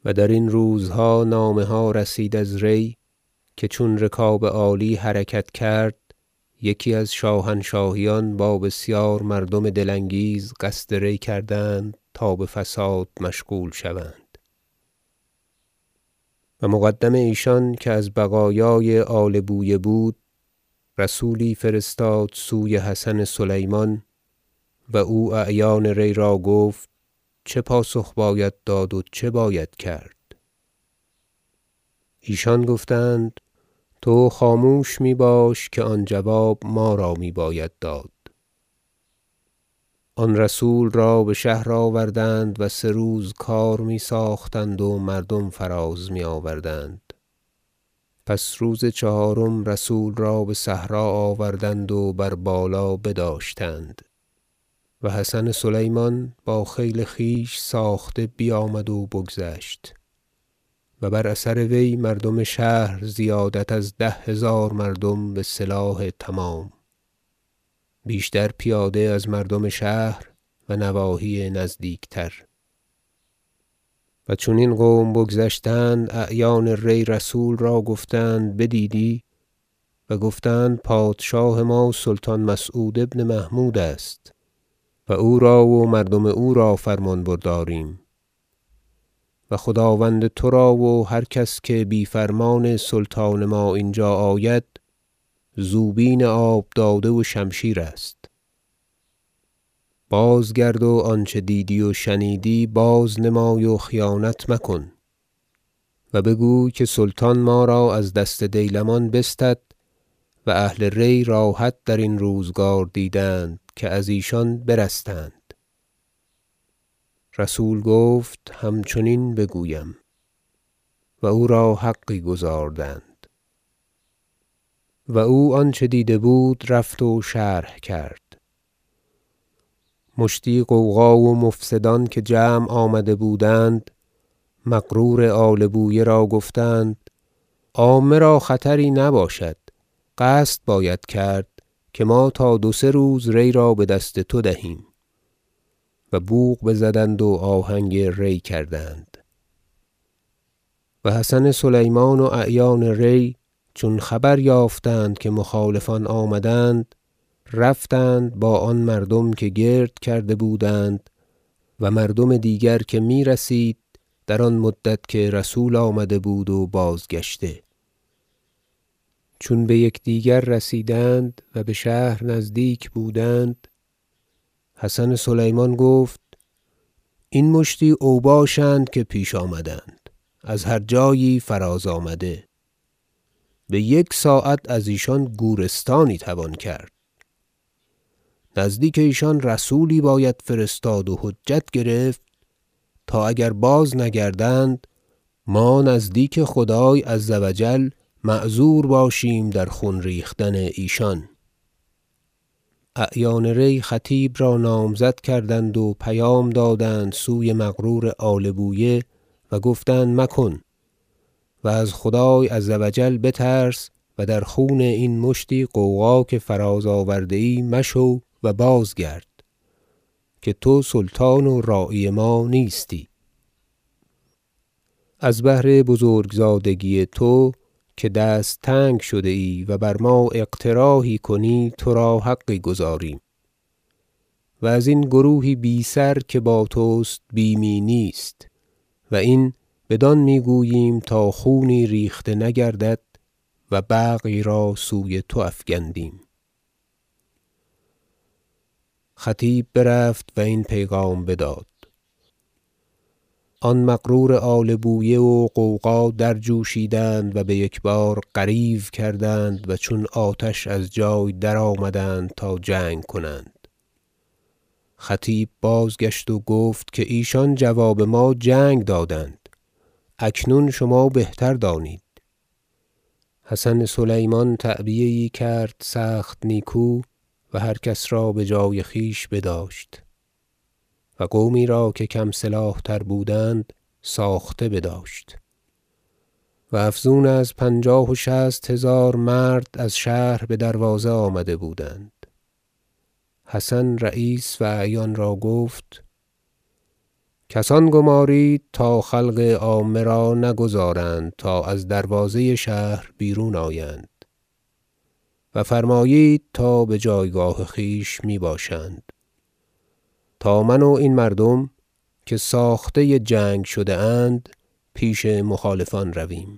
و در این روزها نامه ها رسید از ری که چون رکاب عالی حرکت کرد یکی از شاهنشاهیان با بسیار مردم دل انگیز قصد ری کردند تا به فساد مشغول شوند و مقدم ایشان که از بقایای آل بویه بود رسولی فرستاد سوی حسن سلیمان و او اعیان ری را گفت چه پاسخ باید داد و چه باید کرد؟ ایشان گفتند تو خاموش می باش که آن جواب ما را می باید داد. آن رسول را به شهر آوردند و 3 روز کار می ساختند و مردم فراز می آوردند. پس روز 4 رسول را به صحرا آوردند و بر بالا بداشتند و حسن سلیمان با خیل خویش ساخته بیامد و بگذشت و بر اثر وی مردم شهر زیادت از 10,000 مردم بسلاح تمام، بیشتر پیاده از مردم شهر و نواحی نزدیکتر. و چون این قوم بگذشتند اعیان ری رسول را گفتند بدیدی؟ و گفتند پادشاه ما سلطان مسعود بن محمود است و او را و مردم او را فرمان برداریم و خداوند ترا و هر کس که بی فرمان سلطان ما اینجا آید زوبین آب داده و شمشیر است. بازگرد و آنچه دیدی و شنیدی بازنمای و خیانت مکن و بگوی که سلطان ما را از دست دیلمان بستد و اهل ری راحت در این روزگار دیدند که از ایشان برستند. رسول گفت همچنین بگویم و او را حقی گزاردند و او آنچه دیده بود رفت و شرح کرد. مشتی غوغا و مفسدان که جمع آمده بودند مغرور آل بویه را گفتند عامه را خطری نباشد، قصد باید کرد که ما تا 2-3 روز ری را به دست تو دهیم و بوق بزدند و آهنگ ری کردند. و حسن سلیمان و اعیان ری چون خبر یافتند که مخالفان آمدند رفتند با آن مردم که گرد کرده بودند و مردم دیگر که می رسید در آن مدت که رسول آمده بود و بازگشته. چون به یکدیگر رسیدند و به شهر نزدیک بودند حسن سلیمان گفت این مشتی اوباشند که پیش آمدند از هر جایی فراز آمده، به 1 ساعت از ایشان گورستانی توان کرد. نزدیک ایشان رسولی باید فرستاد و حجت گرفت تا اگر باز نگردند ما نزدیک خدای عز و جل معذور باشیم در خون ریختن ایشان. اعیان ری خطیب را نامزد کردند و پیام دادند سوی مغرور آل بویه و گفتند مکن و از خدای عز و جل بترس و در خون این مشتی غوغا که فراز آورده ای مشو و بازگرد که تو سلطان و راعی ما نیستی. از بهر بزرگزادگی تو که دست تنگ شده ای و بر ما اقتراحی کنی ترا حقی گزاریم و از این گروهی بی سر که با توست بیمی نیست و این بدان می گوییم تا خونی ریخته نگردد و بغی را سوی تو افگندیم. خطیب برفت و این پیغام بداد. آن مغرور آل بویه و غوغا در جوشیدند و به یکبار غریو کردند و چون آتش از جای درآمدند تا جنگ کنند. خطیب بازگشت و گفت که ایشان جواب ما جنگ دادند، اکنون شما بهتر دانید. حسن سلیمان تعبیه یی کرد سخت نیکو و هر کس را به جای خویش بداشت و قومی را که کم سلاح تر بودند ساخته بداشت و افزون از 50 و 60 هزار مرد از شهر به دروازه آمده بودند. حسن رییس و اعیان را گفت کسان گمارید تا خلق عامه را نگذارند تا از دروازه شهر بیرون آیند و فرمایید تا بجایگاه خویش می باشند تا من و این مردم که ساخته جنگ شده اند پیش مخالفان رویم.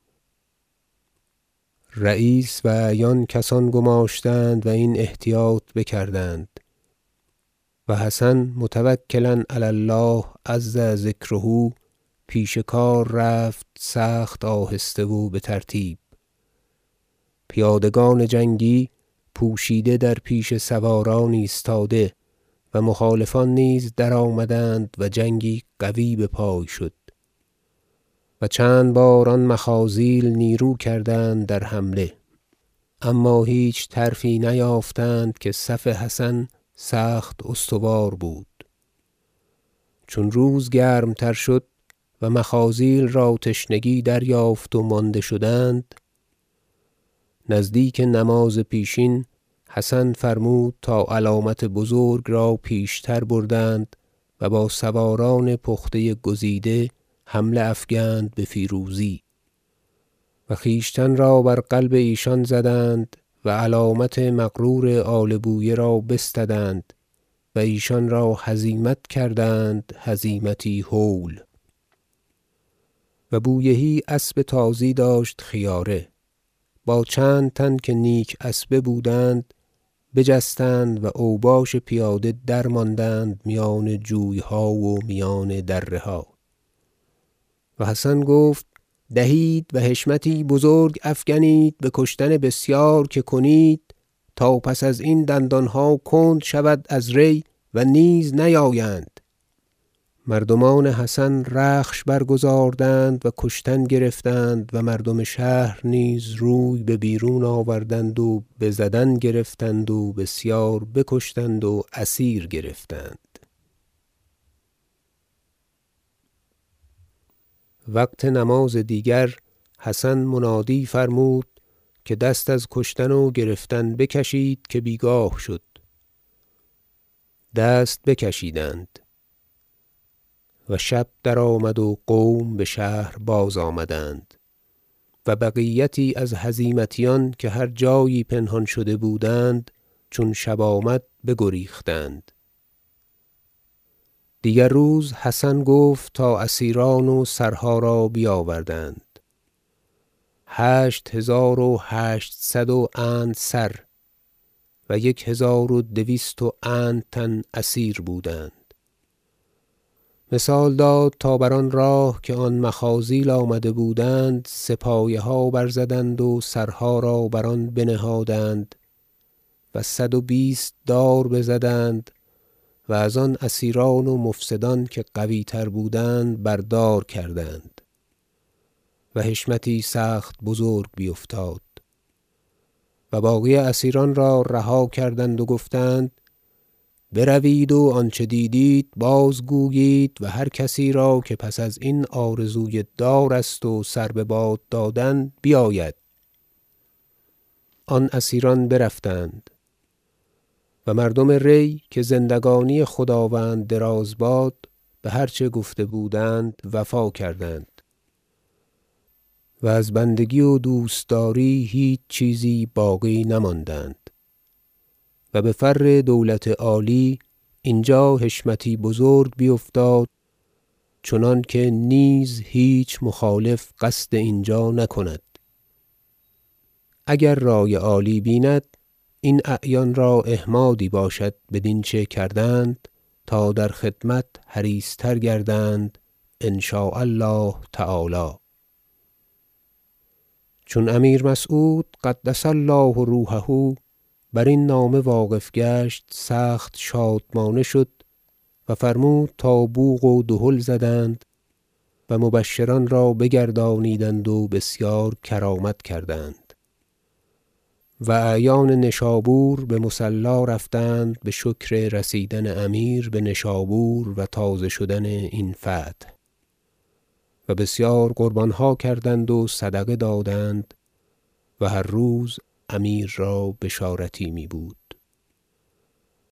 رییس و اعیان کسان گماشتند و این احتیاط بکردند و حسن متوکلا علی الله عز ذکره پیش کار رفت سخت آهسته و بترتیب. پیادگان جنگی پوشیده در پیش سواران ایستاده و مخالفان نیز درآمدند و جنگی قوی بپای شد و چند بار آن مخاذیل نیرو کردند در حمله، اما هیچ طرفی نیافتند که صف حسن سخت استوار بود. چون روز گرم تر شد و مخاذیل را تشنگی دریافت و مانده شدند، نزدیک نماز پیشین حسن فرمود تا علامت بزرگ را پیشتر بردند و با سواران پخته گزیده حمله افگند بفیروزی و خویشتن را بر قلب ایشان زدند و علامت مغرور آل بویه را بستدند و ایشان را هزیمت کردند هزیمتی هول. و بویهی اسب تازی داشت خیاره، با چند تن که نیک اسبه بودند بجستند و اوباش پیاده درماندند میان جویها و میان دره ها. و حسن گفت دهید و حشمتی بزرگ افگنید به کشتن بسیار که کنید تا پس از این دندانها کند شود از ری و نیز نیایند. مردمان حسن رخش برگزاردند و کشتن گرفتند و مردم شهر نیز روی به بیرون آوردند و بزدن گرفتند و بسیار بکشتند و اسیر گرفتند. وقت نماز دیگر حسن منادی فرمود که دست از کشتن و گرفتن بکشید که بیگاه شد. دست بکشیدند و شب درآمد و قوم بشهر باز آمدند و بقیتی از هزیمتیان که هر جایی پنهان شده بودند چون شب آمد بگریختند. دیگر روز حسن گفت تا اسیران و سرها را بیاوردند. 8800 اند سر و 1200 اند تن اسیر بودند. مثال داد تا بر آن راه که آن مخاذیل آمده بودند سه پایه برزدند و سرها را بر آن بنهادند و 120 دار بزدند و از آن اسیران و مفسدان که قوی تر بودند بردار کردند و حشمتی سخت بزرگ بیفتاد و باقی اسیران را رها کردند و گفتند بروید و آنچه دیدید بازگویید و هر کسی را که پس از این آرزوی دار است و سر بباد دادن بیاید. آن اسیران برفتند و مردم ری که زندگانی خداوند دراز باد به هر چه گفته بودند وفا کردند و از بندگی و دوستداری هیچ چیزی باقی نماندند و به فر دولت عالی اینجا حشمتی بزرگ بیفتاد چنانکه نیز هیچ مخالف قصد اینجا نکند. اگر رای عالی بیند این اعیان را احمادی باشد بدین چه کردند تا در خدمت حریص تر گردند ان شاء الله تعالی. چون امیر مسعود قدس الله روحه برین نامه واقف گشت سخت شادمانه شد و فرمود تا بوق و دهل زدند و مبشران را بگردانیدند و بسیار کرامت کردند و اعیان نشابور به مصلی رفتند به شکر رسیدن امیر به نشابور و تازه شدن این فتح و بسیار قربانها کردند و صدقه دادند و هر روز امیر را بشارتی می بود.